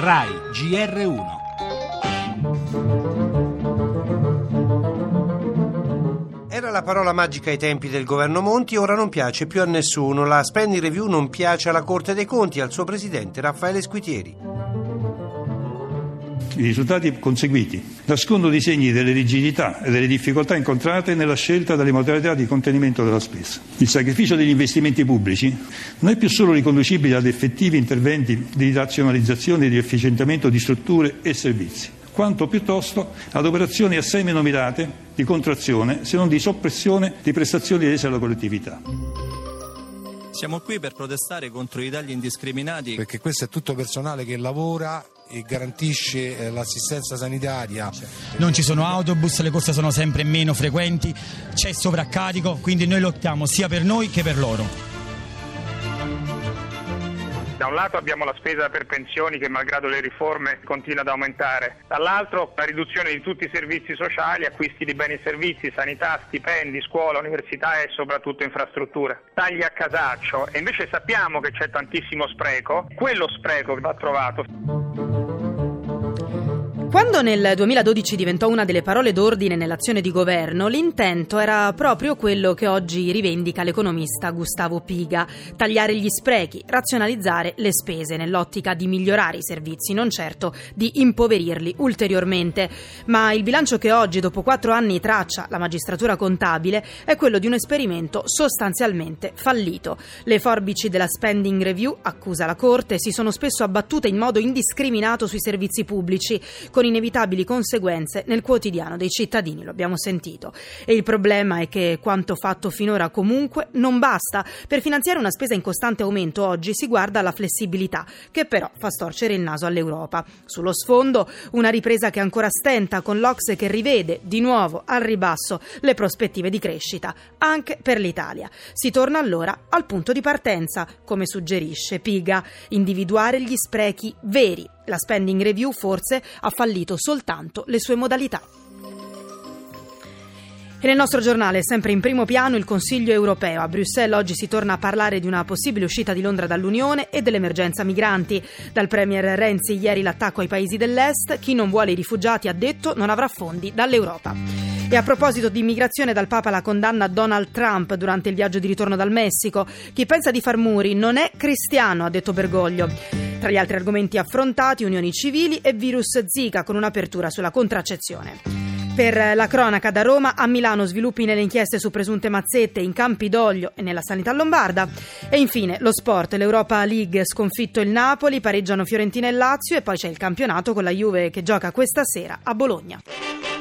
RAI GR1. Era la parola magica ai tempi del governo Monti, ora non piace più a nessuno. La spending review non piace alla Corte dei Conti e al suo presidente Raffaele Squitieri. I risultati conseguiti nascondono i segni delle rigidità e delle difficoltà incontrate nella scelta delle modalità di contenimento della spesa. Il sacrificio degli investimenti pubblici non è più solo riconducibile ad effettivi interventi di razionalizzazione e di efficientamento di strutture e servizi, quanto piuttosto ad operazioni assai meno mirate di contrazione, se non di soppressione di prestazioni rese alla collettività. Siamo qui per protestare contro i tagli indiscriminati. Perché questo è tutto personale che lavora e garantisce l'assistenza sanitaria. Non ci sono autobus, le corse sono sempre meno frequenti, c'è sovraccarico, quindi noi lottiamo sia per noi che per loro. Da un lato abbiamo la spesa per pensioni che malgrado le riforme continua ad aumentare, dall'altro la riduzione di tutti i servizi sociali, acquisti di beni e servizi, sanità, stipendi, scuola, università e soprattutto infrastrutture. Tagli a casaccio, e invece sappiamo che c'è tantissimo spreco, quello spreco che va trovato. Quando nel 2012 diventò una delle parole d'ordine nell'azione di governo, l'intento era proprio quello che oggi rivendica l'economista Gustavo Piga: tagliare gli sprechi, razionalizzare le spese nell'ottica di migliorare i servizi, non certo di impoverirli ulteriormente. Ma il bilancio che oggi, dopo 4 anni, traccia la magistratura contabile è quello di un esperimento sostanzialmente fallito. Le forbici della spending review, accusa la Corte, si sono spesso abbattute in modo indiscriminato sui servizi pubblici, con inevitabili conseguenze nel quotidiano dei cittadini, lo abbiamo sentito. E il problema è che quanto fatto finora comunque non basta. Per finanziare una spesa in costante aumento oggi si guarda alla flessibilità, che però fa storcere il naso all'Europa. Sullo sfondo una ripresa che ancora stenta, con l'Ocse che rivede di nuovo al ribasso le prospettive di crescita anche per l'Italia. Si torna allora al punto di partenza, come suggerisce Piga: individuare gli sprechi veri. La spending review forse ha fallito soltanto le sue modalità. E nel nostro giornale, sempre in primo piano, il Consiglio europeo. A Bruxelles oggi si torna a parlare di una possibile uscita di Londra dall'Unione e dell'emergenza migranti. Dal premier Renzi ieri l'attacco ai paesi dell'Est: chi non vuole i rifugiati, ha detto, non avrà fondi dall'Europa. E a proposito di immigrazione, dal Papa la condanna a Donald Trump durante il viaggio di ritorno dal Messico. Chi pensa di far muri non è cristiano, ha detto Bergoglio. Tra gli altri argomenti affrontati, unioni civili e virus Zika, con un'apertura sulla contraccezione. Per la cronaca, da Roma a Milano, sviluppi nelle inchieste su presunte mazzette in Campidoglio e nella sanità lombarda. E infine lo sport, l'Europa League, sconfitto il Napoli, pareggiano Fiorentina e Lazio, e poi c'è il campionato con la Juve che gioca questa sera a Bologna.